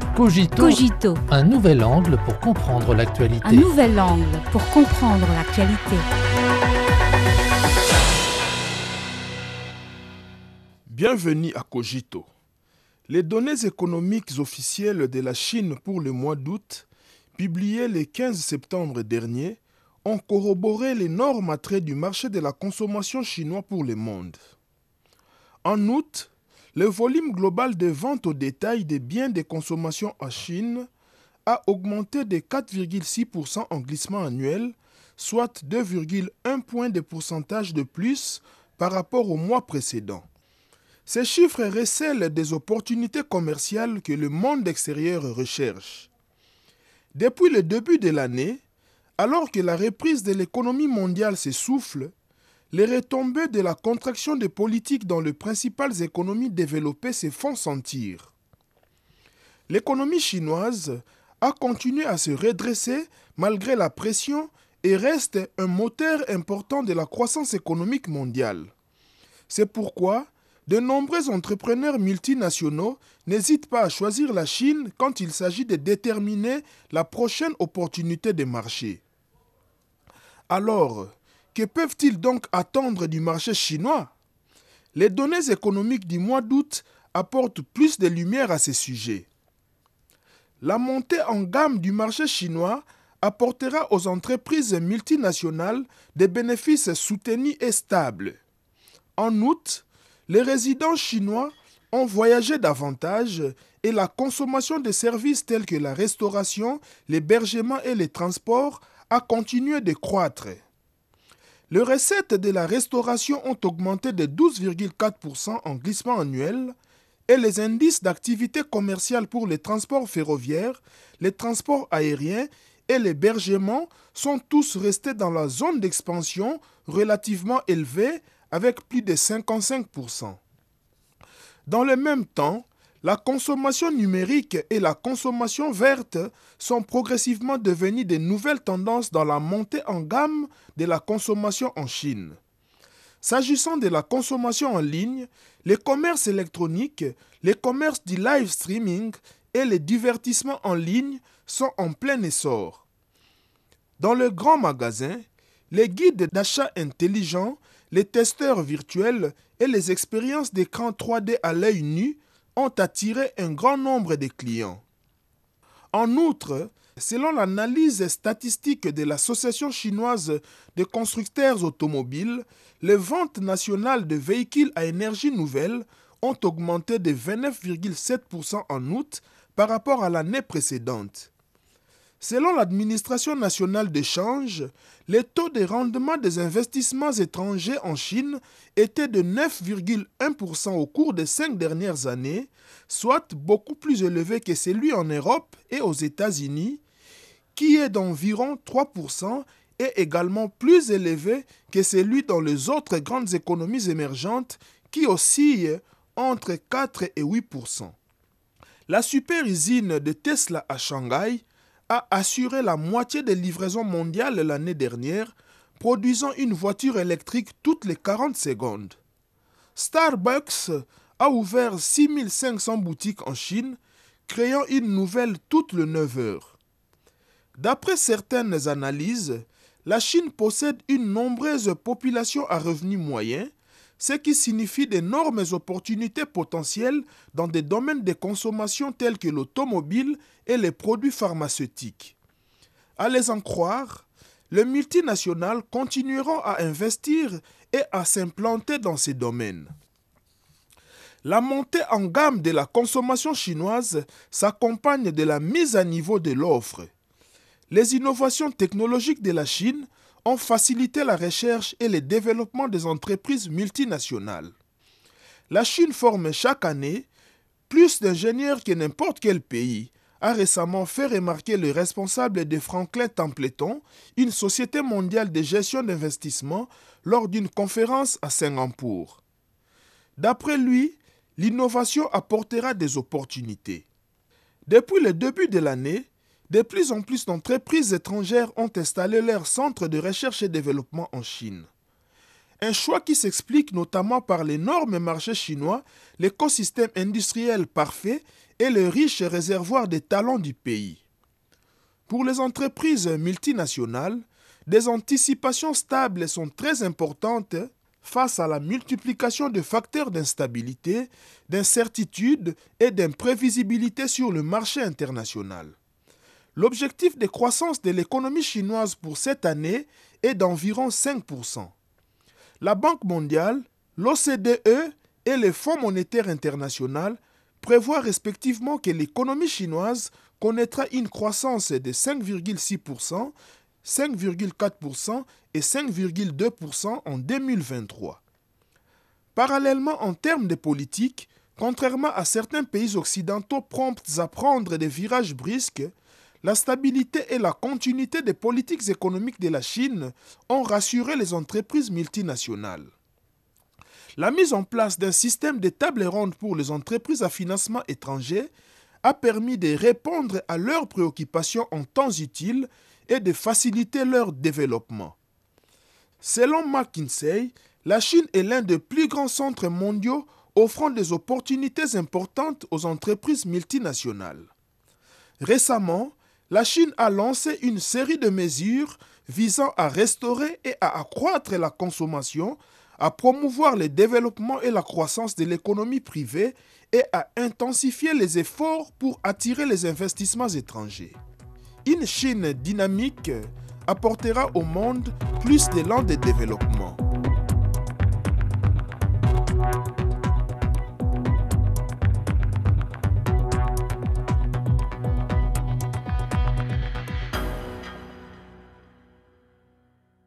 Cogito, Cogito, un nouvel angle pour comprendre l'actualité. un nouvel angle pour comprendre l'actualité. Bienvenue à Cogito. Les données économiques officielles de la Chine pour le mois d'août, publiées le 15 septembre dernier, ont corroboré l'énorme attrait du marché de la consommation chinois pour le monde. En août, le volume global des ventes au détail des biens de consommation en Chine a augmenté de 4,6% en glissement annuel, soit 2,1 points de pourcentage de plus par rapport au mois précédent. Ces chiffres recèlent des opportunités commerciales que le monde extérieur recherche. Depuis le début de l'année, alors que la reprise de l'économie mondiale s'essouffle, les retombées de la contraction des politiques dans les principales économies développées se font sentir. L'économie chinoise a continué à se redresser malgré la pression et reste un moteur important de la croissance économique mondiale. C'est pourquoi de nombreux entrepreneurs multinationaux n'hésitent pas à choisir la Chine quand il s'agit de déterminer la prochaine opportunité de marché. Alors, que peuvent-ils donc attendre du marché chinois? Les données économiques du mois d'août apportent plus de lumière à ces sujets. La montée en gamme du marché chinois apportera aux entreprises multinationales des bénéfices soutenus et stables. En août, les résidents chinois ont voyagé davantage et la consommation de services tels que la restauration, l'hébergement et les transports a continué de croître. Les recettes de la restauration ont augmenté de 12,4% en glissement annuel et les indices d'activité commerciale pour les transports ferroviaires, les transports aériens et l'hébergement sont tous restés dans la zone d'expansion relativement élevée avec plus de 55%. Dans le même temps, la consommation numérique et la consommation verte sont progressivement devenues de nouvelles tendances dans la montée en gamme de la consommation en Chine. S'agissant de la consommation en ligne, les commerces électroniques, les commerces du live streaming et les divertissements en ligne sont en plein essor. Dans le grand magasin, les guides d'achat intelligents, les testeurs virtuels et les expériences d'écran 3D à l'œil nu ont attiré un grand nombre de clients. En outre, selon l'analyse statistique de l'Association chinoise de constructeurs automobiles, les ventes nationales de véhicules à énergie nouvelle ont augmenté de 29,7% en août par rapport à l'année précédente. Selon l'Administration nationale d'échange, les taux de rendement des investissements étrangers en Chine étaient de 9,1% au cours des 5 dernières années, soit beaucoup plus élevé que celui en Europe et aux États-Unis, qui est d'environ 3% et également plus élevé que celui dans les autres grandes économies émergentes qui oscillent entre 4 et 8%. La super usine de Tesla à Shanghai a assuré la moitié des livraisons mondiales l'année dernière, produisant une voiture électrique toutes les 40 secondes. Starbucks a ouvert 6500 boutiques en Chine, créant une nouvelle toutes les 9 heures. D'après certaines analyses, la Chine possède une nombreuse population à revenus moyens, ce qui signifie d'énormes opportunités potentielles dans des domaines de consommation tels que l'automobile et les produits pharmaceutiques. À les en croire, les multinationales continueront à investir et à s'implanter dans ces domaines. La montée en gamme de la consommation chinoise s'accompagne de la mise à niveau de l'offre. Les innovations technologiques de la Chine ont facilité la recherche et le développement des entreprises multinationales. La Chine forme chaque année plus d'ingénieurs que n'importe quel pays, a récemment fait remarquer le responsable de Franklin Templeton, une société mondiale de gestion d'investissement, lors d'une conférence à Singapour. D'après lui, l'innovation apportera des opportunités. Depuis le début de l'année, de plus en plus d'entreprises étrangères ont installé leurs centres de recherche et développement en Chine. Un choix qui s'explique notamment par l'énorme marché chinois, l'écosystème industriel parfait et le riche réservoir des talents du pays. Pour les entreprises multinationales, des anticipations stables sont très importantes face à la multiplication de facteurs d'instabilité, d'incertitude et d'imprévisibilité sur le marché international. L'objectif de croissance de l'économie chinoise pour cette année est d'environ 5%. La Banque mondiale, l'OCDE et le Fonds monétaire international prévoient respectivement que l'économie chinoise connaîtra une croissance de 5,6%, 5,4% et 5,2% en 2023. Parallèlement, en termes de politique, contrairement à certains pays occidentaux prompts à prendre des virages brisques, la stabilité et la continuité des politiques économiques de la Chine ont rassuré les entreprises multinationales. La mise en place d'un système de tables rondes pour les entreprises à financement étranger a permis de répondre à leurs préoccupations en temps utile et de faciliter leur développement. Selon McKinsey, la Chine est l'un des plus grands centres mondiaux offrant des opportunités importantes aux entreprises multinationales. Récemment, la Chine a lancé une série de mesures visant à restaurer et à accroître la consommation, à promouvoir le développement et la croissance de l'économie privée et à intensifier les efforts pour attirer les investissements étrangers. Une Chine dynamique apportera au monde plus d'élan de développement.